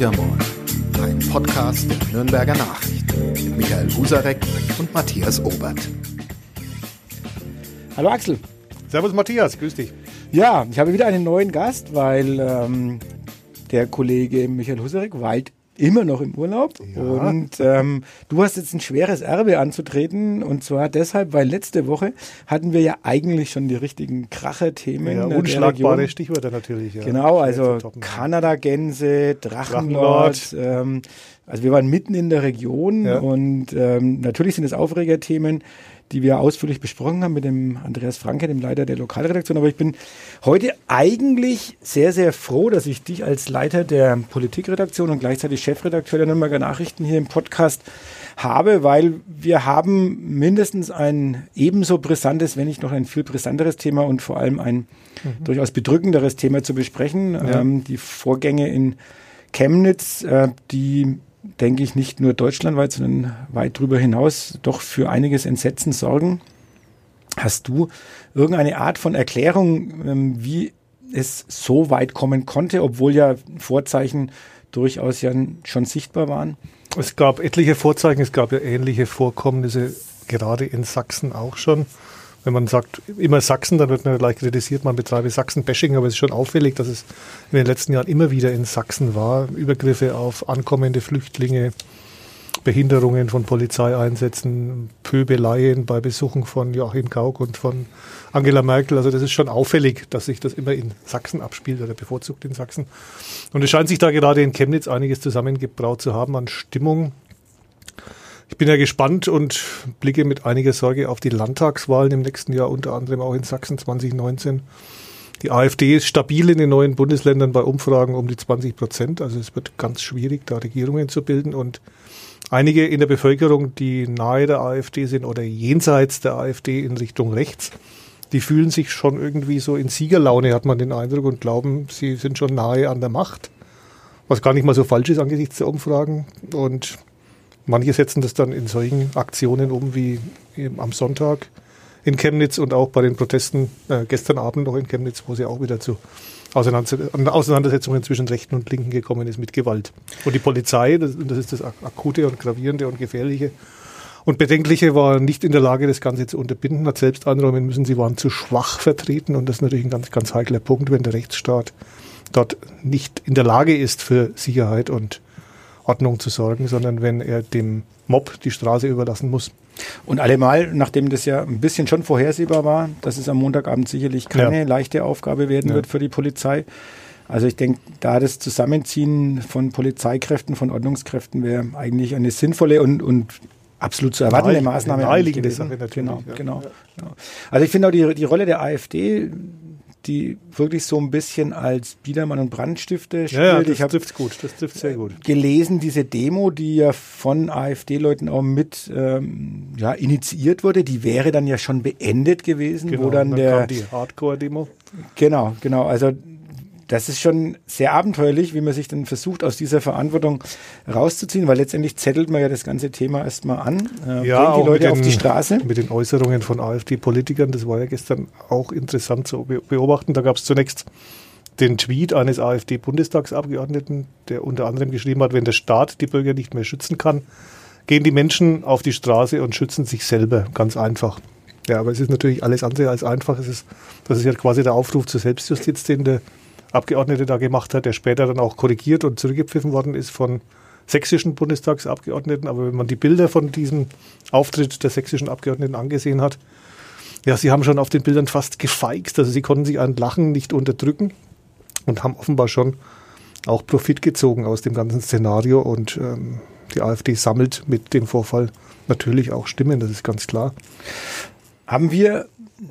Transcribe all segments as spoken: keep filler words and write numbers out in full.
Horcher Moll, ein Podcast der Nürnberger Nachrichten mit Michael Husarek und Matthias Obert. Hallo Axel. Servus Matthias, grüß dich. Ja, ich habe wieder einen neuen Gast, weil ähm, der Kollege Michael Husarek weilt immer noch im Urlaub. Ja. Und ähm, du hast jetzt ein schweres Erbe anzutreten, und zwar deshalb, weil letzte Woche hatten wir ja eigentlich schon die richtigen Kracher-Themen. Ja, unschlagbare Stichwörter natürlich. Ja. Genau, also Kanada-Gänse, Drachenlord. Ähm, also wir waren mitten in der Region, ja. und ähm, natürlich sind es Aufregerthemen, die wir ausführlich besprochen haben mit dem Andreas Franke, dem Leiter der Lokalredaktion. Aber ich bin heute eigentlich sehr, sehr froh, dass ich dich als Leiter der Politikredaktion und gleichzeitig Chefredakteur der Nürnberger Nachrichten hier im Podcast habe, weil wir haben mindestens ein ebenso brisantes, wenn nicht noch ein viel brisanteres Thema und vor allem ein mhm. durchaus bedrückenderes Thema zu besprechen. Ja. Ähm, die Vorgänge in Chemnitz, äh, die denke ich, nicht nur deutschlandweit, sondern weit darüber hinaus doch für einiges Entsetzen sorgen. Hast du irgendeine Art von Erklärung, wie es so weit kommen konnte, obwohl ja Vorzeichen durchaus ja schon sichtbar waren? Es gab etliche Vorzeichen, es gab ja ähnliche Vorkommnisse, gerade in Sachsen auch schon. Wenn man sagt, immer Sachsen, dann wird man gleich kritisiert, man betreibe Sachsen-Bashing, aber es ist schon auffällig, dass es in den letzten Jahren immer wieder in Sachsen war. Übergriffe auf ankommende Flüchtlinge, Behinderungen von Polizeieinsätzen, Pöbeleien bei Besuchen von Joachim Gauck und von Angela Merkel. Also das ist schon auffällig, dass sich das immer in Sachsen abspielt oder bevorzugt in Sachsen. Und es scheint sich da gerade in Chemnitz einiges zusammengebraut zu haben an Stimmung. Ich bin ja gespannt und blicke mit einiger Sorge auf die Landtagswahlen im nächsten Jahr, unter anderem auch in Sachsen zwanzig neunzehn. Die AfD ist stabil in den neuen Bundesländern bei Umfragen um die zwanzig Prozent. Also es wird ganz schwierig, da Regierungen zu bilden. Und einige in der Bevölkerung, die nahe der AfD sind oder jenseits der AfD in Richtung rechts, die fühlen sich schon irgendwie so in Siegerlaune, hat man den Eindruck, und glauben, sie sind schon nahe an der Macht. Was gar nicht mal so falsch ist angesichts der Umfragen. Und manche setzen das dann in solchen Aktionen um wie eben am Sonntag in Chemnitz und auch bei den Protesten äh, gestern Abend noch in Chemnitz, wo es ja auch wieder zu Auseinandersetzungen zwischen Rechten und Linken gekommen ist mit Gewalt. Und die Polizei, das, das ist das Akute und Gravierende und Gefährliche und Bedenkliche, war nicht in der Lage, das Ganze zu unterbinden, hat selbst einräumen müssen, sie waren zu schwach vertreten, und das ist natürlich ein ganz, ganz heikler Punkt, wenn der Rechtsstaat dort nicht in der Lage ist, für Sicherheit und Ordnung zu sorgen, sondern wenn er dem Mob die Straße überlassen muss. Und allemal, nachdem das ja ein bisschen schon vorhersehbar war, dass es am Montagabend sicherlich keine ja. leichte Aufgabe werden ja. wird für die Polizei. Also ich denke, da das Zusammenziehen von Polizeikräften, von Ordnungskräften wäre eigentlich eine sinnvolle und, und absolut zu erwartende Nein, Maßnahme. Eine naheliegende Sache natürlich. Genau, ja. genau, genau. Also ich finde auch die, die Rolle der AfD, die wirklich so ein bisschen als Biedermann und Brandstifter spielt. Ja, ja, das ich trifft gut, das trifft sehr gut. Gelesen, diese Demo, die ja von AfD-Leuten auch mit ähm, ja, initiiert wurde, die wäre dann ja schon beendet gewesen, genau, wo dann, dann der kam die Hardcore-Demo. Genau, genau. Also das ist schon sehr abenteuerlich, wie man sich dann versucht, aus dieser Verantwortung rauszuziehen, weil letztendlich zettelt man ja das ganze Thema erstmal an, äh, ja, bringt die Leute den, auf die Straße. Mit den Äußerungen von AfD-Politikern, das war ja gestern auch interessant zu beobachten. Da gab es zunächst den Tweet eines AfD-Bundestagsabgeordneten, der unter anderem geschrieben hat, wenn der Staat die Bürger nicht mehr schützen kann, gehen die Menschen auf die Straße und schützen sich selber, ganz einfach. Ja, aber es ist natürlich alles andere als einfach. Es ist, das ist ja quasi der Aufruf zur Selbstjustiz, den der Abgeordnete da gemacht hat, der später dann auch korrigiert und zurückgepfiffen worden ist von sächsischen Bundestagsabgeordneten. Aber wenn man die Bilder von diesem Auftritt der sächsischen Abgeordneten angesehen hat, ja, sie haben schon auf den Bildern fast gefeixt. Also sie konnten sich ein Lachen nicht unterdrücken und haben offenbar schon auch Profit gezogen aus dem ganzen Szenario. Und ähm, die AfD sammelt mit dem Vorfall natürlich auch Stimmen, das ist ganz klar. Haben wir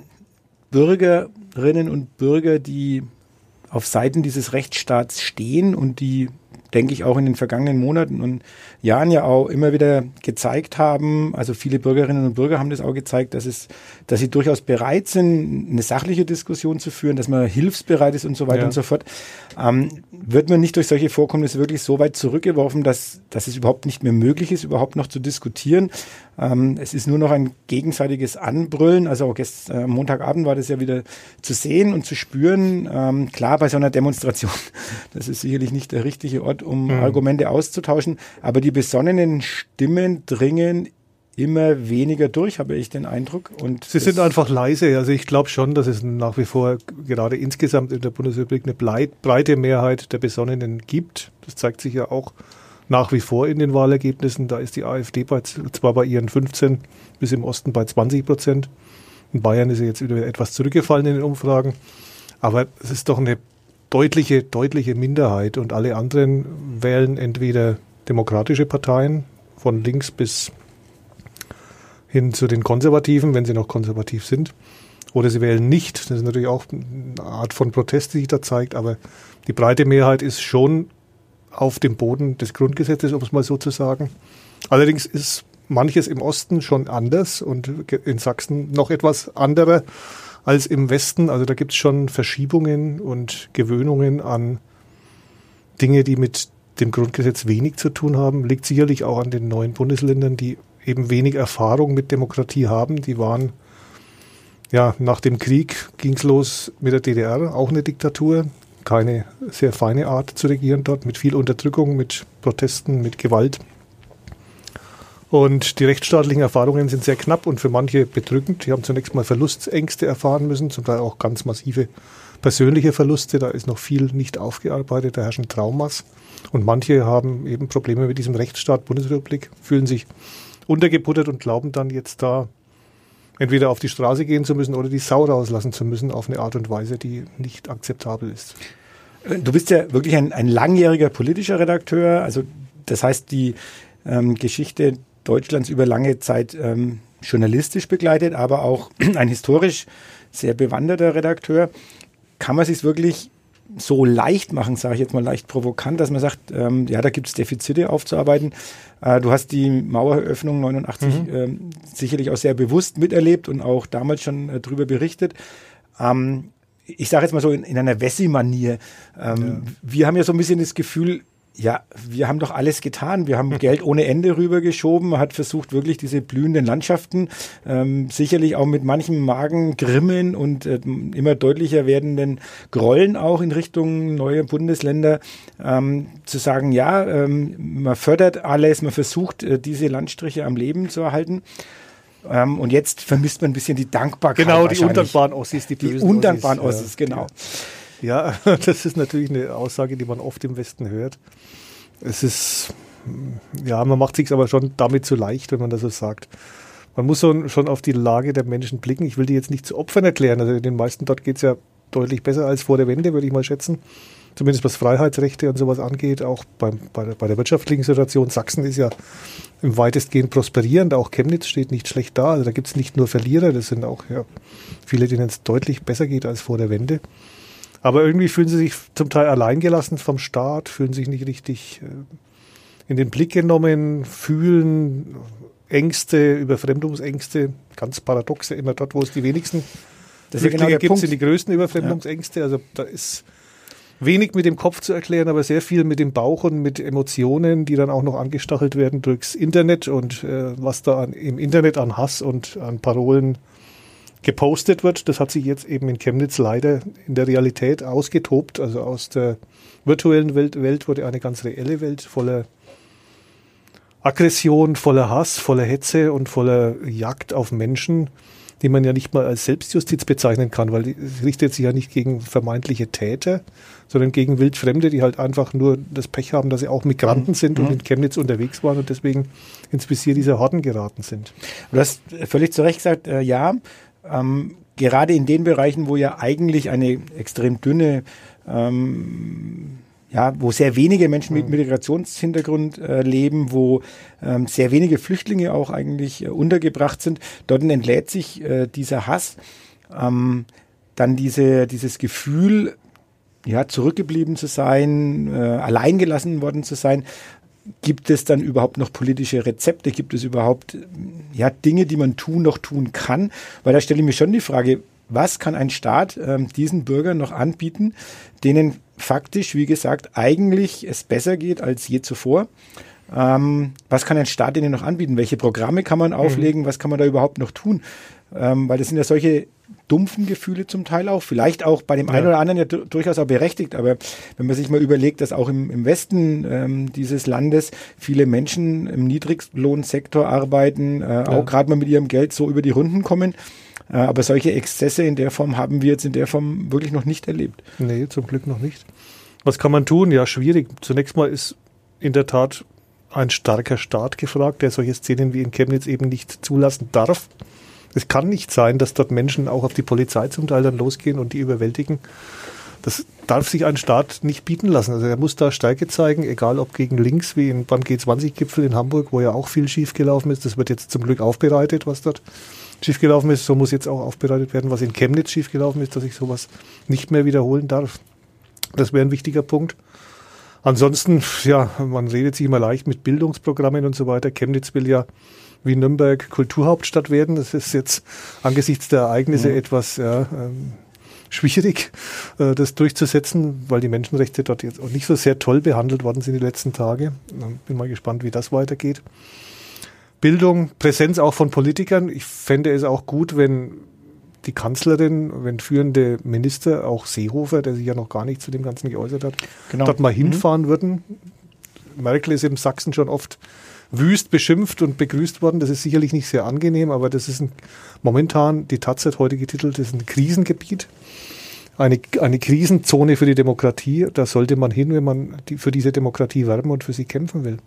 Bürgerinnen und Bürger, die auf Seiten dieses Rechtsstaats stehen und die, denke ich, auch in den vergangenen Monaten und Jahren ja auch immer wieder gezeigt haben, also viele Bürgerinnen und Bürger haben das auch gezeigt, dass es, dass sie durchaus bereit sind, eine sachliche Diskussion zu führen, dass man hilfsbereit ist und so weiter ja. und so fort. Ähm, wird man nicht durch solche Vorkommnisse wirklich so weit zurückgeworfen, dass, dass es überhaupt nicht mehr möglich ist, überhaupt noch zu diskutieren? Ähm, es ist nur noch ein gegenseitiges Anbrüllen. Also auch gestern, äh, Montagabend war das ja wieder zu sehen und zu spüren. Ähm, klar, bei so einer Demonstration, das ist sicherlich nicht der richtige Ort, gut, um mhm. Argumente auszutauschen, aber die besonnenen Stimmen dringen immer weniger durch, habe ich den Eindruck. Und Sie sind einfach leise. Also ich glaube schon, dass es nach wie vor gerade insgesamt in der Bundesrepublik eine breite Mehrheit der Besonnenen gibt. Das zeigt sich ja auch nach wie vor in den Wahlergebnissen. Da ist die AfD bei, zwar bei ihren fünfzehn bis im Osten bei zwanzig Prozent. In Bayern ist sie jetzt wieder etwas zurückgefallen in den Umfragen. Aber es ist doch eine deutliche, deutliche Minderheit. Und alle anderen wählen entweder demokratische Parteien von links bis hin zu den Konservativen, wenn sie noch konservativ sind. Oder sie wählen nicht. Das ist natürlich auch eine Art von Protest, die sich da zeigt. Aber die breite Mehrheit ist schon auf dem Boden des Grundgesetzes, um es mal so zu sagen. Allerdings ist manches im Osten schon anders und in Sachsen noch etwas anderer als im Westen. Also da gibt es schon Verschiebungen und Gewöhnungen an Dinge, die mit dem Grundgesetz wenig zu tun haben. Liegt sicherlich auch an den neuen Bundesländern, die eben wenig Erfahrung mit Demokratie haben. Die waren, ja, nach dem Krieg ging es los mit der D D R, auch eine Diktatur. Keine sehr feine Art zu regieren dort, mit viel Unterdrückung, mit Protesten, mit Gewalt. Und die rechtsstaatlichen Erfahrungen sind sehr knapp und für manche bedrückend. Die haben zunächst mal Verlustängste erfahren müssen, zum Teil auch ganz massive persönliche Verluste. Da ist noch viel nicht aufgearbeitet, da herrschen Traumas. Und manche haben eben Probleme mit diesem Rechtsstaat Bundesrepublik, fühlen sich untergebuttert und glauben dann jetzt da entweder auf die Straße gehen zu müssen oder die Sau rauslassen zu müssen auf eine Art und Weise, die nicht akzeptabel ist. Du bist ja wirklich ein, ein langjähriger politischer Redakteur. Also das heißt, die ähm, Geschichte Deutschlands über lange Zeit ähm, journalistisch begleitet, aber auch ein historisch sehr bewanderter Redakteur. Kann man es sich wirklich so leicht machen, sage ich jetzt mal leicht provokant, dass man sagt, ähm, ja, da gibt es Defizite aufzuarbeiten. Äh, du hast die Maueröffnung neunundachtzig mhm. ähm, sicherlich auch sehr bewusst miterlebt und auch damals schon äh, drüber berichtet. Ähm, ich sage jetzt mal so in, in einer Wessi-Manier. Ähm, ja. Wir haben ja so ein bisschen das Gefühl, ja, wir haben doch alles getan. Wir haben Geld ohne Ende rübergeschoben. Man hat versucht, wirklich diese blühenden Landschaften, ähm, sicherlich auch mit manchem Magengrimmen und äh, immer deutlicher werdenden Grollen auch in Richtung neue Bundesländer, ähm, zu sagen, ja, ähm, man fördert alles, man versucht, äh, diese Landstriche am Leben zu erhalten. Ähm, und jetzt vermisst man ein bisschen die Dankbarkeit. Genau, die undankbaren Ossis. Die, die undankbaren Ossis, Ossis, genau. Ja, das ist natürlich eine Aussage, die man oft im Westen hört. Es ist, ja, man macht sich aber schon damit zu leicht, wenn man das so sagt. Man muss so, schon auf die Lage der Menschen blicken. Ich will die jetzt nicht zu Opfern erklären. Also den meisten dort geht es ja deutlich besser als vor der Wende, würde ich mal schätzen. Zumindest was Freiheitsrechte und sowas angeht, auch beim, bei, der, bei der wirtschaftlichen Situation. Sachsen ist ja im weitestgehend prosperierend. Auch Chemnitz steht nicht schlecht da. Also da gibt es nicht nur Verlierer, das sind auch ja, viele, denen es deutlich besser geht als vor der Wende. Aber irgendwie fühlen sie sich zum Teil alleingelassen vom Staat, fühlen sich nicht richtig in den Blick genommen, fühlen Ängste, Überfremdungsängste, ganz paradoxe, immer dort, wo es die wenigsten das Flüchtlinge genau gibt, sind die größten Überfremdungsängste. Ja. Also da ist wenig mit dem Kopf zu erklären, aber sehr viel mit dem Bauch und mit Emotionen, die dann auch noch angestachelt werden durchs Internet und äh, was da an, im Internet an Hass und an Parolen gepostet wird. Das hat sich jetzt eben in Chemnitz leider in der Realität ausgetobt. Also aus der virtuellen Welt, Welt wurde eine ganz reelle Welt voller Aggression, voller Hass, voller Hetze und voller Jagd auf Menschen, die man ja nicht mal als Selbstjustiz bezeichnen kann, weil es richtet sich ja nicht gegen vermeintliche Täter, sondern gegen Wildfremde, die halt einfach nur das Pech haben, dass sie auch Migranten sind mhm. und in Chemnitz unterwegs waren und deswegen ins Visier dieser Horden geraten sind. Du hast völlig zu Recht gesagt, äh, ja, Ähm, gerade in den Bereichen, wo ja eigentlich eine extrem dünne, ähm, ja, wo sehr wenige Menschen mit Migrationshintergrund äh, leben, wo ähm, sehr wenige Flüchtlinge auch eigentlich äh, untergebracht sind, dort entlädt sich äh, dieser Hass, ähm, dann diese, dieses Gefühl, ja, zurückgeblieben zu sein, äh, alleingelassen worden zu sein. Gibt es dann überhaupt noch politische Rezepte? Gibt es überhaupt ja, Dinge, die man tun, noch tun kann? Weil da stelle ich mir schon die Frage, was kann ein Staat ähm, diesen Bürgern noch anbieten, denen faktisch, wie gesagt, eigentlich es besser geht als je zuvor? Ähm, was kann ein Staat denen noch anbieten? Welche Programme kann man auflegen? Mhm. Was kann man da überhaupt noch tun? ähm, weil das sind ja solche dumpfen Gefühle zum Teil auch, vielleicht auch bei dem ja. einen oder anderen ja d- durchaus auch berechtigt, aber wenn man sich mal überlegt, dass auch im, im Westen ähm, dieses Landes viele Menschen im Niedriglohnsektor arbeiten, äh, ja. auch gerade mal mit ihrem Geld so über die Runden kommen, äh, aber solche Exzesse in der Form haben wir jetzt in der Form wirklich noch nicht erlebt. Nee, zum Glück noch nicht. Was kann man tun? Ja, schwierig. Zunächst mal ist in der Tat ein starker Staat gefragt, der solche Szenen wie in Chemnitz eben nicht zulassen darf. Es kann nicht sein, dass dort Menschen auch auf die Polizei zum Teil dann losgehen und die überwältigen. Das darf sich ein Staat nicht bieten lassen. Also er muss da Stärke zeigen, egal ob gegen links, wie in, beim G zwanzig Gipfel in Hamburg, wo ja auch viel schiefgelaufen ist. Das wird jetzt zum Glück aufbereitet, was dort schiefgelaufen ist. So muss jetzt auch aufbereitet werden, was in Chemnitz schiefgelaufen ist, dass sich sowas nicht mehr wiederholen darf. Das wäre ein wichtiger Punkt. Ansonsten, ja, man redet sich immer leicht mit Bildungsprogrammen und so weiter. Chemnitz will ja wie Nürnberg Kulturhauptstadt werden. Das ist jetzt angesichts der Ereignisse ja. etwas ja, ähm, schwierig, äh, das durchzusetzen, weil die Menschenrechte dort jetzt auch nicht so sehr toll behandelt worden sind die letzten Tage. Bin mal gespannt, wie das weitergeht. Bildung, Präsenz auch von Politikern. Ich fände es auch gut, wenn die Kanzlerin, wenn führende Minister, auch Seehofer, der sich ja noch gar nicht zu dem Ganzen geäußert hat, genau. dort mal hinfahren mhm. würden. Merkel ist im Sachsen schon oft wüst beschimpft und begrüßt worden. Das ist sicherlich nicht sehr angenehm, aber das ist ein, momentan, die Taz hat heute getitelt, das ist ein Krisengebiet, eine, eine Krisenzone für die Demokratie. Da sollte man hin, wenn man die, für diese Demokratie werben und für sie kämpfen will.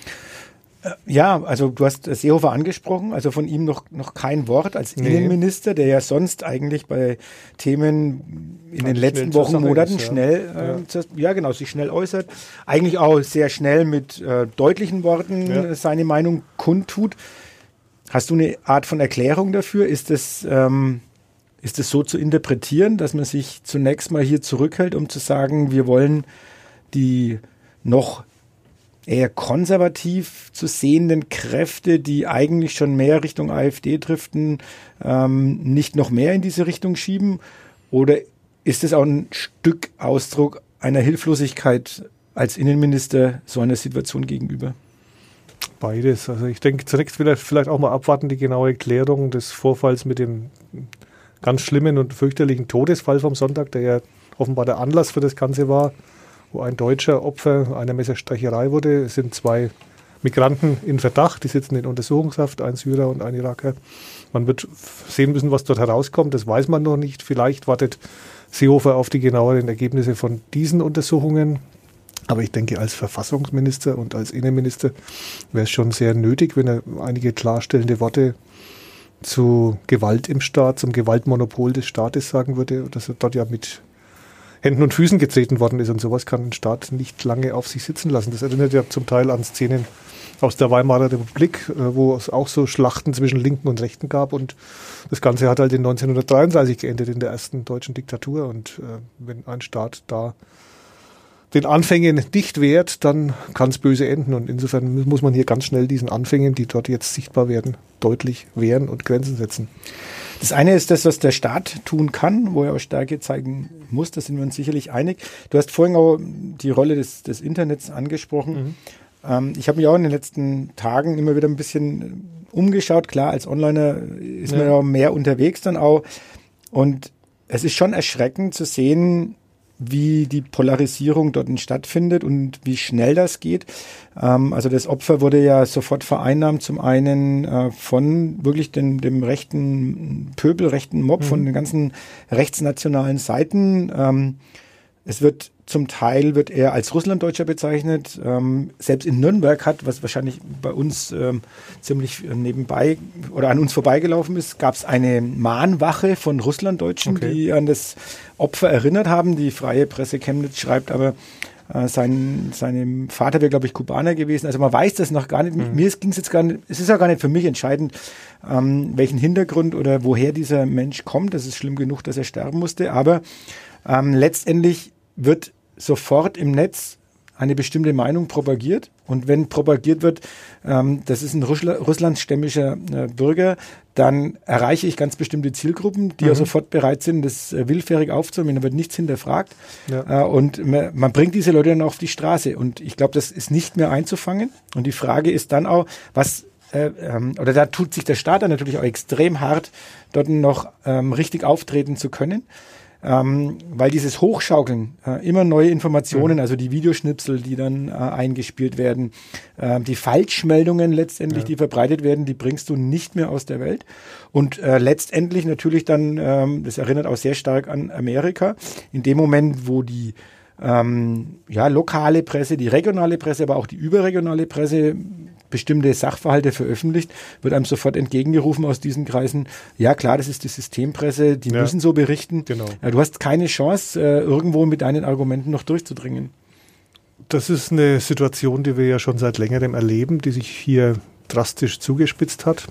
Ja, also du hast Seehofer angesprochen, also von ihm noch, noch kein Wort als nee. Innenminister, der ja sonst eigentlich bei Themen in Kann den letzten Wochen, Monaten ist, ja. schnell, äh, ja. ja genau, sich schnell äußert, eigentlich auch sehr schnell mit äh, deutlichen Worten ja. seine Meinung kundtut. Hast du eine Art von Erklärung dafür? Ist das, ähm, ist das so zu interpretieren, dass man sich zunächst mal hier zurückhält, um zu sagen, wir wollen die noch eher konservativ zu sehenden Kräfte, die eigentlich schon mehr Richtung AfD driften, ähm, nicht noch mehr in diese Richtung schieben? Oder ist es auch ein Stück Ausdruck einer Hilflosigkeit als Innenminister so einer Situation gegenüber? Beides. Also ich denke, zunächst will er vielleicht auch mal abwarten, die genaue Erklärung des Vorfalls mit dem ganz schlimmen und fürchterlichen Todesfall vom Sonntag, der ja offenbar der Anlass für das Ganze war, wo ein Deutscher Opfer einer Messerstecherei wurde. Es sind zwei Migranten in Verdacht, die sitzen in Untersuchungshaft, ein Syrer und ein Iraker. Man wird sehen müssen, was dort herauskommt, das weiß man noch nicht. Vielleicht wartet Seehofer auf die genaueren Ergebnisse von diesen Untersuchungen. Aber ich denke, als Verfassungsminister und als Innenminister wäre es schon sehr nötig, wenn er einige klarstellende Worte zu Gewalt im Staat, zum Gewaltmonopol des Staates sagen würde, dass er dort ja mit Händen und Füßen getreten worden ist und sowas kann ein Staat nicht lange auf sich sitzen lassen. Das erinnert ja zum Teil an Szenen aus der Weimarer Republik, wo es auch so Schlachten zwischen Linken und Rechten gab und das Ganze hat halt in neunzehnhundertdreiunddreißig geendet, in der ersten deutschen Diktatur und äh, wenn ein Staat da den Anfängen nicht wehrt, dann kann es böse enden und insofern muss man hier ganz schnell diesen Anfängen, die dort jetzt sichtbar werden, deutlich wehren und Grenzen setzen. Das eine ist das, was der Staat tun kann, wo er auch Stärke zeigen muss, da sind wir uns sicherlich einig. Du hast vorhin auch die Rolle des, des Internets angesprochen. Mhm. Ähm, ich habe mich auch in den letzten Tagen immer wieder ein bisschen umgeschaut. Klar, als Onliner ist ja. man ja mehr unterwegs dann auch. Und es ist schon erschreckend zu sehen, wie die Polarisierung dort stattfindet und wie schnell das geht. Ähm, also das Opfer wurde ja sofort vereinnahmt, zum einen äh, von wirklich den, dem rechten Pöbel, rechten Mob, mhm. von den ganzen rechtsnationalen Seiten. Ähm, es wird zum Teil wird er als Russlanddeutscher bezeichnet. Ähm, selbst in Nürnberg hat, was wahrscheinlich bei uns ähm, ziemlich nebenbei oder an uns vorbeigelaufen ist, gab es eine Mahnwache von Russlanddeutschen, okay. die an das Opfer erinnert haben. Die Freie Presse Chemnitz schreibt aber, äh, sein seinem Vater wäre, glaube ich, Kubaner gewesen. Also man weiß das noch gar nicht. Mhm. Mir ging es jetzt gar nicht, es ist auch gar nicht für mich entscheidend, ähm, welchen Hintergrund oder woher dieser Mensch kommt. Das ist schlimm genug, dass er sterben musste. Aber ähm, letztendlich wird sofort im Netz eine bestimmte Meinung propagiert. Und wenn propagiert wird, ähm, das ist ein Russla- russlandstämmischer äh, Bürger, dann erreiche ich ganz bestimmte Zielgruppen, die mhm. ja sofort bereit sind, das äh, willfährig aufzunehmen. Da wird nichts hinterfragt. Ja. Äh, und man, man bringt diese Leute dann auf die Straße. Und ich glaube, das ist nicht mehr einzufangen. Und die Frage ist dann auch, was äh, ähm, oder da tut sich der Staat dann natürlich auch extrem hart, dort noch ähm, richtig auftreten zu können. Ähm, weil dieses Hochschaukeln, äh, immer neue Informationen, mhm. also die Videoschnipsel, die dann äh, eingespielt werden, äh, die Falschmeldungen letztendlich, ja. die verbreitet werden, die bringst du nicht mehr aus der Welt. Und äh, letztendlich natürlich dann, ähm, das erinnert auch sehr stark an Amerika, in dem Moment, wo die ähm, ja, lokale Presse, die regionale Presse, aber auch die überregionale Presse bestimmte Sachverhalte veröffentlicht, wird einem sofort entgegengerufen aus diesen Kreisen, ja klar, das ist die Systempresse, die ja. müssen so berichten. Genau. Ja, du hast keine Chance, äh, irgendwo mit deinen Argumenten noch durchzudringen. Das ist eine Situation, die wir ja schon seit längerem erleben, die sich hier drastisch zugespitzt hat,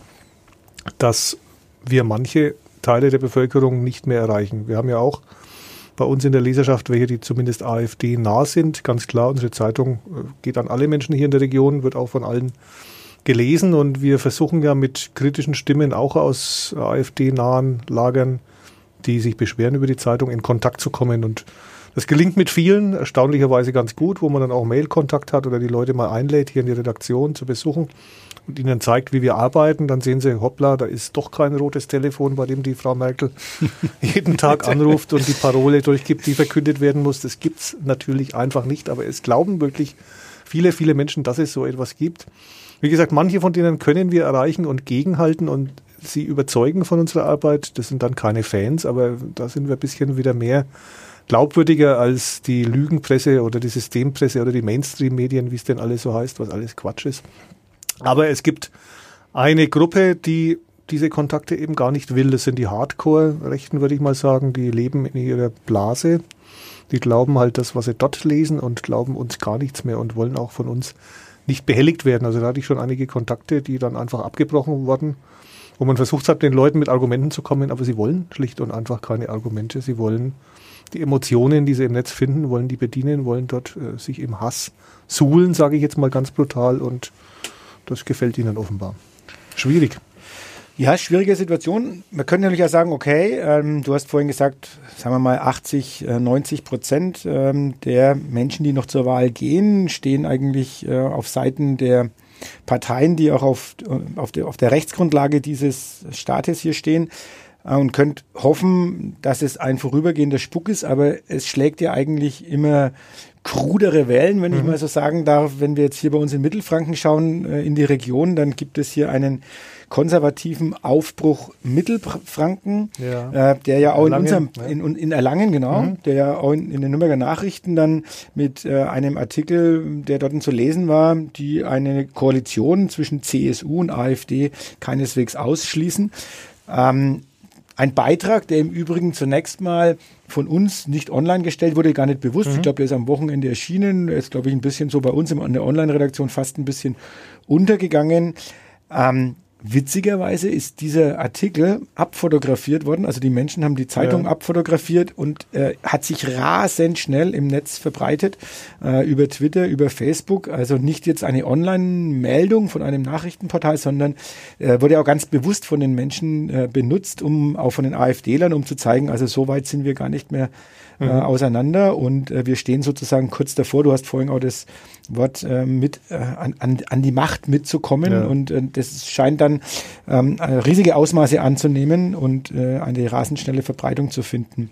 dass wir manche Teile der Bevölkerung nicht mehr erreichen. Wir haben ja auch bei uns in der Leserschaft welche, die zumindest AfD nah sind. Ganz klar, unsere Zeitung geht an alle Menschen hier in der Region, wird auch von allen gelesen. Und wir versuchen ja mit kritischen Stimmen auch aus AfD-nahen Lagern, die sich beschweren über die Zeitung, in Kontakt zu kommen. Und das gelingt mit vielen erstaunlicherweise ganz gut, wo man dann auch Mail-Kontakt hat oder die Leute mal einlädt, hier in die Redaktion zu besuchen und ihnen zeigt, wie wir arbeiten. Dann sehen sie, hoppla, da ist doch kein rotes Telefon, bei dem die Frau Merkel jeden Tag anruft und die Parole durchgibt, die verkündet werden muss. Das gibt es natürlich einfach nicht, aber es glauben wirklich viele, viele Menschen, dass es so etwas gibt. Wie gesagt, manche von denen können wir erreichen und gegenhalten und sie überzeugen von unserer Arbeit. Das sind dann keine Fans, aber da sind wir ein bisschen wieder mehr glaubwürdiger als die Lügenpresse oder die Systempresse oder die Mainstream-Medien, wie es denn alles so heißt, was alles Quatsch ist. Aber es gibt eine Gruppe, die diese Kontakte eben gar nicht will. Das sind die Hardcore-Rechten, würde ich mal sagen. Die leben in ihrer Blase. Die glauben halt das, was sie dort lesen und glauben uns gar nichts mehr und wollen auch von uns nicht behelligt werden. Also da hatte ich schon einige Kontakte, die dann einfach abgebrochen wurden, wo man versucht hat, den Leuten mit Argumenten zu kommen, aber sie wollen schlicht und einfach keine Argumente. Sie wollen die Emotionen, die sie im Netz finden, wollen die bedienen, wollen dort äh, sich im Hass suhlen, sage ich jetzt mal ganz brutal, und das gefällt ihnen offenbar. Schwierig. Ja, schwierige Situation. Man könnte natürlich auch sagen, okay, ähm, du hast vorhin gesagt, sagen wir mal achtzig, neunzig Prozent ähm, der Menschen, die noch zur Wahl gehen, stehen eigentlich äh, auf Seiten der Parteien, die auch auf, auf, der, auf der Rechtsgrundlage dieses Staates hier stehen. Und könnt hoffen, dass es ein vorübergehender Spuk ist, aber es schlägt ja eigentlich immer krudere Wellen, wenn mhm. ich mal so sagen darf. Wenn wir jetzt hier bei uns in Mittelfranken schauen, äh, in die Region, dann gibt es hier einen konservativen Aufbruch Mittelfranken, ja. Äh, der ja auch Erlangen, in unserem, ja. in, in Erlangen, genau, mhm. der ja auch in, in den Nürnberger Nachrichten dann mit äh, einem Artikel, der dort zu lesen war, die eine Koalition zwischen C S U und AfD keineswegs ausschließen. Ähm, Ein Beitrag, der im Übrigen zunächst mal von uns nicht online gestellt wurde, gar nicht bewusst. Mhm. Ich glaube, der ist am Wochenende erschienen. Der ist, glaube ich, ein bisschen so bei uns in der Online-Redaktion fast ein bisschen untergegangen. Ähm, witzigerweise ist dieser Artikel abfotografiert worden. Also die Menschen haben die Zeitung ja. abfotografiert und äh, hat sich rasend schnell im Netz verbreitet, äh, über Twitter, über Facebook. Also nicht jetzt eine Online-Meldung von einem Nachrichtenportal, sondern äh, wurde auch ganz bewusst von den Menschen äh, benutzt, um auch von den AfDlern, um zu zeigen, also so weit sind wir gar nicht mehr äh, mhm. auseinander und äh, wir stehen sozusagen kurz davor. Du hast vorhin auch das Wort äh, mit äh, an, an die Macht mitzukommen ja. und äh, das scheint dann ähm, riesige Ausmaße anzunehmen und äh, eine rasend schnelle Verbreitung zu finden.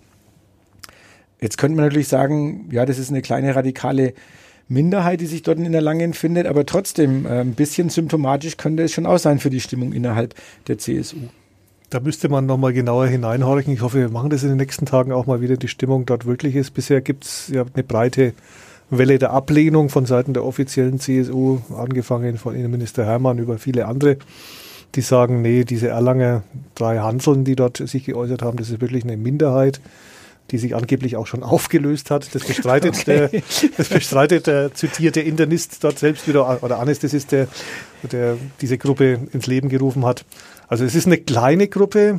Jetzt könnte man natürlich sagen, ja, das ist eine kleine radikale Minderheit, die sich dort in Erlangen findet, aber trotzdem äh, ein bisschen symptomatisch könnte es schon auch sein für die Stimmung innerhalb der C S U. Da müsste man nochmal genauer hineinhorchen. Ich hoffe, wir machen das in den nächsten Tagen auch mal wieder, die Stimmung dort wirklich ist. Bisher gibt es ja eine breite Welle der Ablehnung von Seiten der offiziellen C S U, angefangen von Innenminister Hermann über viele andere, die sagen, nee, diese Erlanger drei Hanseln, die dort sich geäußert haben, das ist wirklich eine Minderheit, die sich angeblich auch schon aufgelöst hat. Das bestreitet, okay. der, das bestreitet der zitierte Internist dort selbst wieder, oder Anästhesist, der, der diese Gruppe ins Leben gerufen hat. Also es ist eine kleine Gruppe.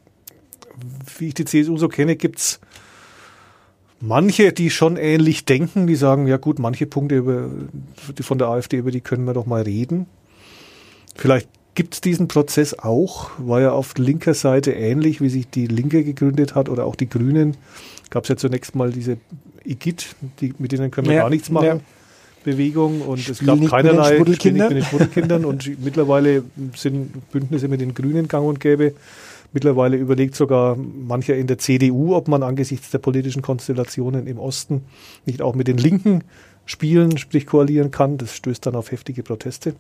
Wie ich die C S U so kenne, gibt es manche, die schon ähnlich denken, die sagen, ja gut, manche Punkte über, die von der AfD, über die können wir doch mal reden. Vielleicht gibt es diesen Prozess auch, war ja auf linker Seite ähnlich, wie sich die Linke gegründet hat oder auch die Grünen. Gab es ja zunächst mal diese I G I T, die, mit denen können wir ja, gar nichts machen. Ja. Bewegung und Spiel es gab nicht keinerlei mit den Schmuddelkindern. Spiel nicht mit den Schmuddelkindern und mittlerweile sind Bündnisse mit den Grünen gang und gäbe. Mittlerweile überlegt sogar mancher in der C D U, ob man angesichts der politischen Konstellationen im Osten nicht auch mit den Linken spielen, sprich koalieren kann. Das stößt dann auf heftige Proteste.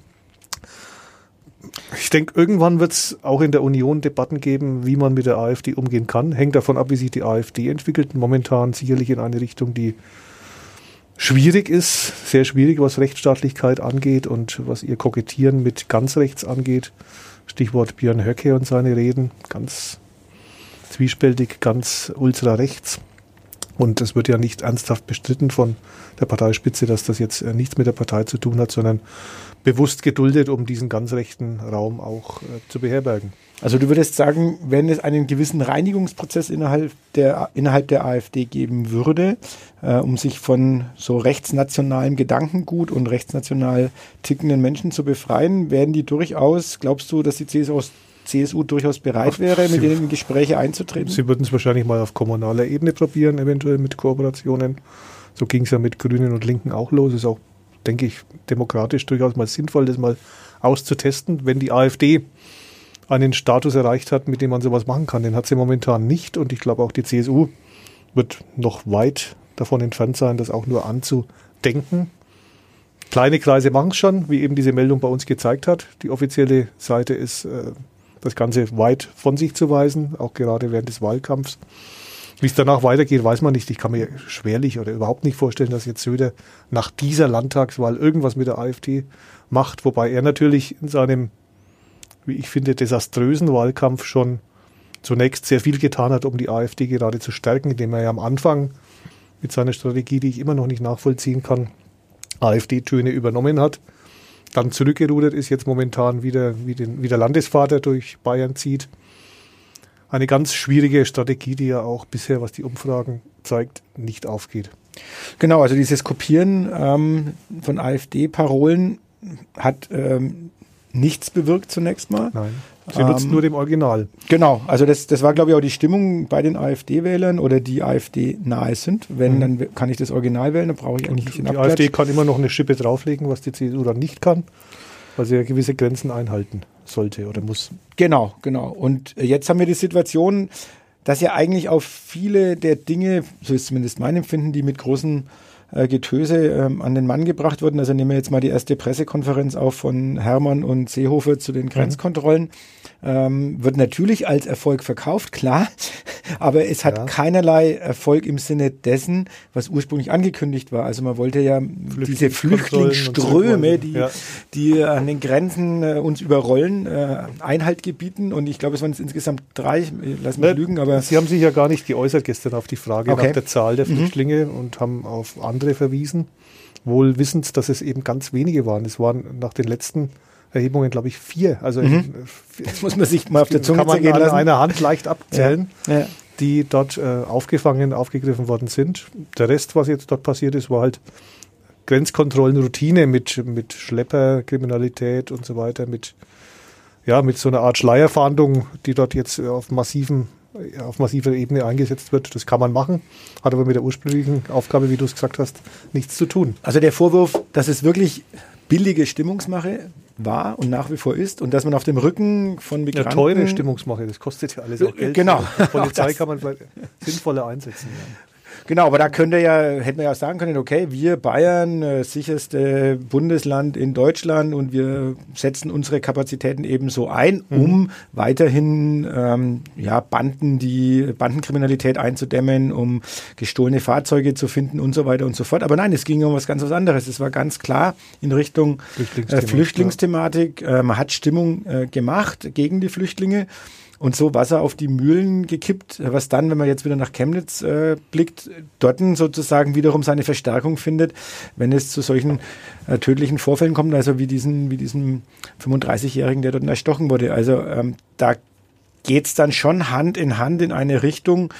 Ich denke, irgendwann wird es auch in der Union Debatten geben, wie man mit der AfD umgehen kann. Hängt davon ab, wie sich die AfD entwickelt. Momentan sicherlich in eine Richtung, die schwierig ist, sehr schwierig, was Rechtsstaatlichkeit angeht und was ihr Kokettieren mit ganz rechts angeht. Stichwort Björn Höcke und seine Reden, ganz zwiespältig, ganz ultra-rechts. Und es wird ja nicht ernsthaft bestritten von der Parteispitze, dass das jetzt nichts mit der Partei zu tun hat, sondern bewusst geduldet, um diesen ganz rechten Raum auch äh, zu beherbergen. Also du würdest sagen, wenn es einen gewissen Reinigungsprozess innerhalb der, innerhalb der AfD geben würde, äh, um sich von so rechtsnationalem Gedankengut und rechtsnational tickenden Menschen zu befreien, werden die durchaus, glaubst du, dass die C S U, C S U durchaus bereit wäre, mit denen in Gespräche einzutreten? Sie würden es wahrscheinlich mal auf kommunaler Ebene probieren, eventuell mit Kooperationen. So ging es ja mit Grünen und Linken auch los. Ist auch, denke ich, demokratisch durchaus mal sinnvoll, das mal auszutesten, wenn die AfD einen Status erreicht hat, mit dem man sowas machen kann. Den hat sie momentan nicht und ich glaube auch die C S U wird noch weit davon entfernt sein, das auch nur anzudenken. Kleine Kreise machen es schon, wie eben diese Meldung bei uns gezeigt hat. Die offizielle Seite ist, äh, das Ganze weit von sich zu weisen, auch gerade während des Wahlkampfs. Wie es danach weitergeht, weiß man nicht. Ich kann mir schwerlich oder überhaupt nicht vorstellen, dass jetzt Söder nach dieser Landtagswahl irgendwas mit der AfD macht, wobei er natürlich in seinem, wie ich finde, desaströsen Wahlkampf schon zunächst sehr viel getan hat, um die AfD gerade zu stärken, indem er ja am Anfang mit seiner Strategie, die ich immer noch nicht nachvollziehen kann, AfD-Töne übernommen hat, dann zurückgerudert ist, jetzt momentan wieder wie, den, wie der Landesvater durch Bayern zieht. Eine ganz schwierige Strategie, die ja auch bisher, was die Umfragen zeigt, nicht aufgeht. Genau, also dieses Kopieren ähm, von AfD-Parolen hat ähm, nichts bewirkt zunächst mal. Nein, sie nutzt ähm, nur dem Original. Genau, also das, das war, glaube ich, auch die Stimmung bei den AfD-Wählern oder die AfD nahe sind. Wenn, mhm. dann kann ich das Original wählen, dann brauche ich eigentlich nicht den Abklatsch. Die AfD kann immer noch eine Schippe drauflegen, was die C S U dann nicht kann, weil sie ja gewisse Grenzen einhalten sollte oder muss. Genau, genau. Und jetzt haben wir die Situation, dass ja eigentlich auf viele der Dinge, so ist zumindest mein Empfinden, die mit großen äh, Getöse ähm, an den Mann gebracht wurden. Also nehmen wir jetzt mal die erste Pressekonferenz auf von Hermann und Seehofer zu den Grenzkontrollen. Mhm. Ähm, wird natürlich als Erfolg verkauft, klar, aber es hat ja keinerlei Erfolg im Sinne dessen, was ursprünglich angekündigt war. Also man wollte ja diese Flüchtlingsströme, die, ja. die an den Grenzen äh, uns überrollen, äh, Einhalt gebieten. Und ich glaube, es waren jetzt insgesamt drei, lass mich ne, lügen. Aber Sie haben sich ja gar nicht geäußert gestern auf die Frage okay. nach der Zahl der Flüchtlinge mhm. und haben auf andere verwiesen, wohl wissend, dass es eben ganz wenige waren. Es waren nach den letzten Erhebungen, glaube ich, vier. Also mhm. das muss man sich mal auf der Zunge zergehen lassen. Kann man an einer Hand leicht abzählen, ja. Ja. die dort äh, aufgefangen, aufgegriffen worden sind. Der Rest, was jetzt dort passiert ist, war halt Grenzkontrollen, Routine mit, mit Schlepperkriminalität und so weiter, mit, ja, mit so einer Art Schleierfahndung, die dort jetzt auf massiven auf massiver Ebene eingesetzt wird. Das kann man machen, hat aber mit der ursprünglichen Aufgabe, wie du es gesagt hast, nichts zu tun. Also der Vorwurf, dass es wirklich billige Stimmungsmache war und nach wie vor ist und dass man auf dem Rücken von Migranten... Ja, teure Stimmungsmache, das kostet ja alles auch Geld. Genau. Die Polizei kann man vielleicht sinnvoller einsetzen. Ja. Genau, aber da könnte ja, hätten wir ja sagen können, okay, wir Bayern, äh, sicherste Bundesland in Deutschland und wir setzen unsere Kapazitäten eben so ein, um mhm. weiterhin ähm, ja, Banden, die Bandenkriminalität einzudämmen, um gestohlene Fahrzeuge zu finden und so weiter und so fort. Aber nein, es ging um was ganz was anderes. Es war ganz klar in Richtung Flüchtlingsthematik. Äh, Flüchtlingsthematik. Äh, man hat Stimmung äh, gemacht gegen die Flüchtlinge. Und so Wasser auf die Mühlen gekippt, was dann, wenn man jetzt wieder nach Chemnitz äh, blickt, dort sozusagen wiederum seine Verstärkung findet, wenn es zu solchen äh, tödlichen Vorfällen kommt, also wie diesen, wie diesem fünfunddreißigjährigen, der dort erstochen wurde. Also ähm, da geht's dann schon Hand in Hand in eine Richtung,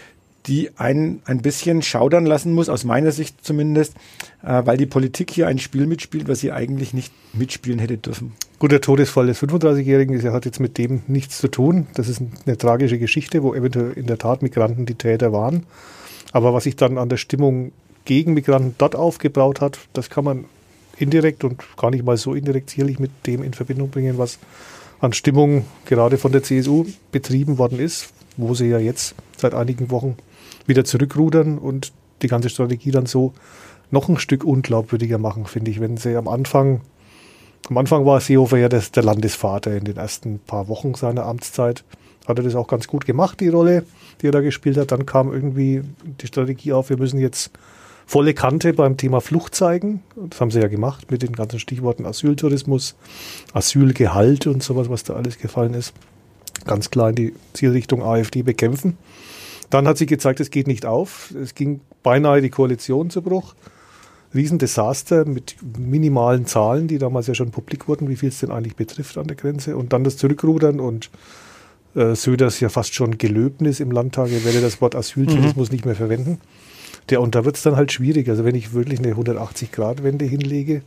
die einen ein bisschen schaudern lassen muss, aus meiner Sicht zumindest, äh, weil die Politik hier ein Spiel mitspielt, was sie eigentlich nicht mitspielen hätte dürfen. Gut, der Todesfall des fünfunddreißigjährigen ist, hat jetzt mit dem nichts zu tun. Das ist eine tragische Geschichte, wo eventuell in der Tat Migranten die Täter waren. Aber was sich dann an der Stimmung gegen Migranten dort aufgebaut hat, das kann man indirekt und gar nicht mal so indirekt sicherlich mit dem in Verbindung bringen, was an Stimmung gerade von der C S U betrieben worden ist, wo sie ja jetzt seit einigen Wochen wieder zurückrudern und die ganze Strategie dann so noch ein Stück unglaubwürdiger machen, finde ich. Wenn sie am Anfang, am Anfang war Seehofer ja das, der Landesvater in den ersten paar Wochen seiner Amtszeit, hat er das auch ganz gut gemacht, die Rolle, die er da gespielt hat. Dann kam irgendwie die Strategie auf, wir müssen jetzt volle Kante beim Thema Flucht zeigen. Das haben sie ja gemacht mit den ganzen Stichworten Asyltourismus, Asylgehalt und sowas, was da alles gefallen ist. Ganz klar in die Zielrichtung AfD bekämpfen. Dann hat sich gezeigt, es geht nicht auf. Es ging beinahe die Koalition zu Bruch. Riesendesaster mit minimalen Zahlen, die damals ja schon publik wurden, wie viel es denn eigentlich betrifft an der Grenze. Und dann das Zurückrudern und äh, Söders ja fast schon Gelöbnis im Landtag, er werde das Wort Asyltourismus mhm. nicht mehr verwenden. Der, und da wird es dann halt schwierig. Also wenn ich wirklich eine hundertachtzig-Grad-Wende hinlege,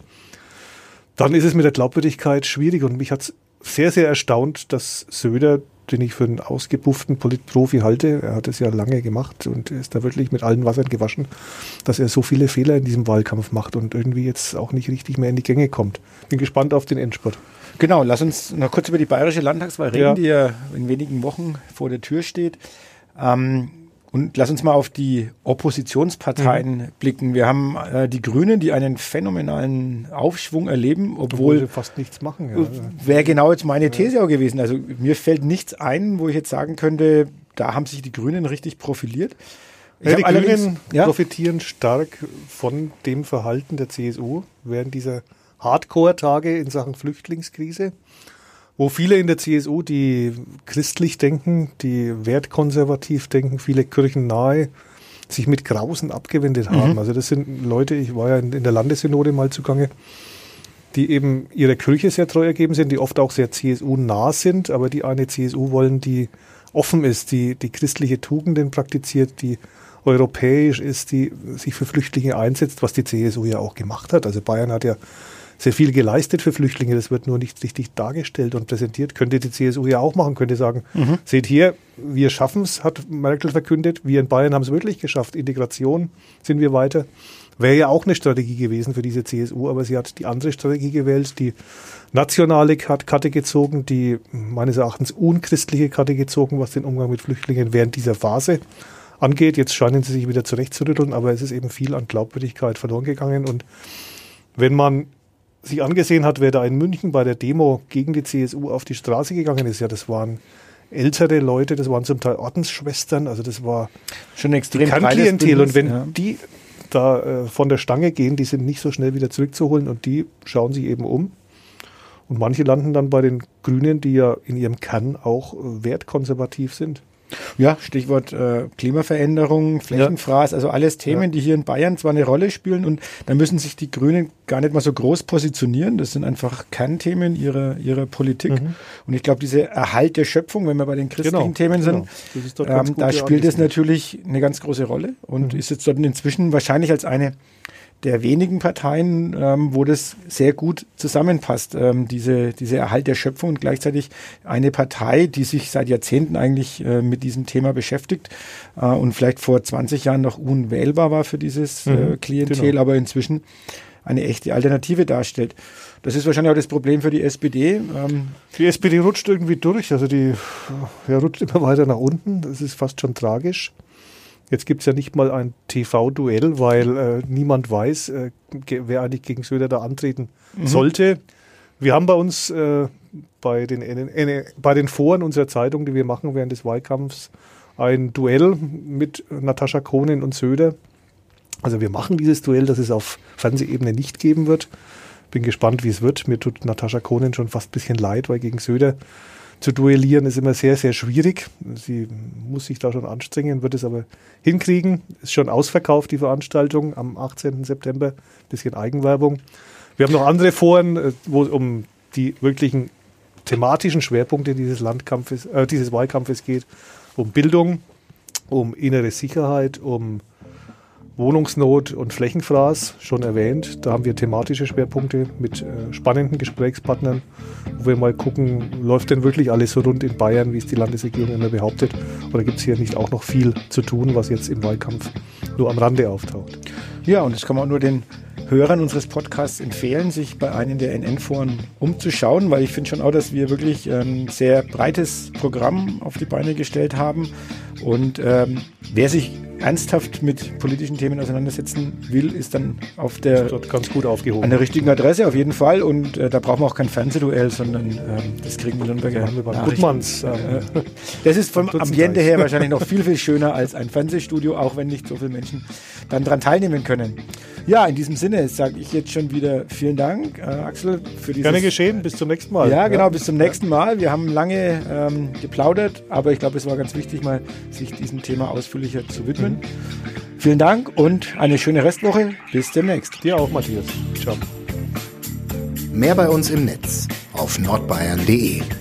dann ist es mit der Glaubwürdigkeit schwierig. Und mich hat es sehr, sehr erstaunt, dass Söder, den ich für einen ausgepufften Politprofi halte, er hat es ja lange gemacht und ist da wirklich mit allen Wassern gewaschen, dass er so viele Fehler in diesem Wahlkampf macht und irgendwie jetzt auch nicht richtig mehr in die Gänge kommt. Bin gespannt auf den Endspurt. Genau, lass uns noch kurz über die bayerische Landtagswahl reden, ja. die ja in wenigen Wochen vor der Tür steht. Ähm, Und lass uns mal auf die Oppositionsparteien mhm. blicken. Wir haben äh, die Grünen, die einen phänomenalen Aufschwung erleben, obwohl, obwohl sie fast nichts machen. Ja. Wäre genau jetzt meine These ja. auch gewesen. Also mir fällt nichts ein, wo ich jetzt sagen könnte, da haben sich die Grünen richtig profiliert. Ja, die Grünen ja? profitieren stark von dem Verhalten der C S U während dieser Hardcore-Tage in Sachen Flüchtlingskrise, wo viele in der C S U, die christlich denken, die wertkonservativ denken, viele kirchennahe, sich mit Grausen abgewendet haben. Mhm. Also das sind Leute, ich war ja in, in der Landessynode mal zugange, die eben ihrer Kirche sehr treu ergeben sind, die oft auch sehr C S U-nah sind, aber die eine C S U wollen, die offen ist, die, die christliche Tugenden praktiziert, die europäisch ist, die sich für Flüchtlinge einsetzt, was die C S U ja auch gemacht hat. Also Bayern hat ja sehr viel geleistet für Flüchtlinge, das wird nur nicht richtig dargestellt und präsentiert. Könnte die C S U ja auch machen, könnte sagen, mhm. seht hier, wir schaffen es, hat Merkel verkündet, wir in Bayern haben es wirklich geschafft, Integration sind wir weiter. Wäre ja auch eine Strategie gewesen für diese C S U, aber sie hat die andere Strategie gewählt, die nationale Karte gezogen, die meines Erachtens unchristliche Karte gezogen, was den Umgang mit Flüchtlingen während dieser Phase angeht. Jetzt scheinen sie sich wieder zurechtzurütteln, aber es ist eben viel an Glaubwürdigkeit verloren gegangen und wenn man sich angesehen hat, wer da in München bei der Demo gegen die C S U auf die Straße gegangen ist, ja, das waren ältere Leute, das waren zum Teil Ordensschwestern, also das war schon extrem Kernklientel. Und wenn ja. die da äh, von der Stange gehen, die sind nicht so schnell wieder zurückzuholen und die schauen sich eben um. Und manche landen dann bei den Grünen, die ja in ihrem Kern auch äh, wertkonservativ sind. Ja, Stichwort äh, Klimaveränderung, Flächenfraß, ja. also alles Themen, ja. die hier in Bayern zwar eine Rolle spielen und da müssen sich die Grünen gar nicht mal so groß positionieren. Das sind einfach Kernthemen ihrer, ihrer Politik. Mhm. Und ich glaube, diese Erhalt der Schöpfung, wenn wir bei den christlichen genau, Themen sind, genau. ähm, da spielt es natürlich eine ganz große Rolle und mhm. ist jetzt dort inzwischen wahrscheinlich als eine der wenigen Parteien, ähm, wo das sehr gut zusammenpasst, ähm, diese, diese Erhalt der Schöpfung und gleichzeitig eine Partei, die sich seit Jahrzehnten eigentlich äh, mit diesem Thema beschäftigt äh, und vielleicht vor zwanzig Jahren noch unwählbar war für dieses mhm, äh, Klientel, genau. aber inzwischen eine echte Alternative darstellt. Das ist wahrscheinlich auch das Problem für die S P D. Ähm die S P D rutscht irgendwie durch, also die ja, rutscht immer weiter nach unten, das ist fast schon tragisch. Jetzt gibt es ja nicht mal ein T V-Duell, weil äh, niemand weiß, äh, wer eigentlich gegen Söder da antreten mhm. sollte. Wir haben bei uns äh, bei, den, äh, bei den Foren unserer Zeitung, die wir machen während des Wahlkampfs, ein Duell mit Natascha Konin und Söder. Also wir machen dieses Duell, das es auf Fernsehebene nicht geben wird. Bin gespannt, wie es wird. Mir tut Natascha Konin schon fast ein bisschen leid, weil gegen Söder zu duellieren ist immer sehr, sehr schwierig. Sie muss sich da schon anstrengen, wird es aber hinkriegen. Ist schon ausverkauft, die Veranstaltung am achtzehnten September. Bisschen Eigenwerbung. Wir haben noch andere Foren, wo es um die wirklichen thematischen Schwerpunkte dieses Landkampfes, äh, dieses Wahlkampfes geht. Um Bildung, um innere Sicherheit, um Wohnungsnot und Flächenfraß schon erwähnt. Da haben wir thematische Schwerpunkte mit äh, spannenden Gesprächspartnern, wo wir mal gucken, läuft denn wirklich alles so rund in Bayern, wie es die Landesregierung immer behauptet? Oder gibt es hier nicht auch noch viel zu tun, was jetzt im Wahlkampf nur am Rande auftaucht? Ja, und das kann man auch nur den Hörern unseres Podcasts empfehlen, sich bei einem der N N-Foren umzuschauen, weil ich finde schon auch, dass wir wirklich ein sehr breites Programm auf die Beine gestellt haben. Und ähm, wer sich ernsthaft mit politischen Themen auseinandersetzen will, ist dann auf der dort ganz gut aufgehoben. An der richtigen Adresse auf jeden Fall. Und äh, da brauchen wir auch kein Fernsehduell, sondern ähm, das kriegen wir Nürnberger Gutmanns. Ähm, das ist vom Ambiente her wahrscheinlich noch viel, viel schöner als ein Fernsehstudio, auch wenn nicht so viele Menschen dann daran teilnehmen können. Ja, in diesem Sinne sage ich jetzt schon wieder vielen Dank, äh, Axel, für dieses... Gerne geschehen, bis zum nächsten Mal. Ja, genau, ja. bis zum nächsten Mal. Wir haben lange ähm, geplaudert, aber ich glaube, es war ganz wichtig, mal sich diesem Thema ausführlicher zu widmen. Mhm. Vielen Dank und eine schöne Restwoche. Bis demnächst. Dir auch, Matthias. Ciao. Mehr bei uns im Netz auf nordbayern punkt de.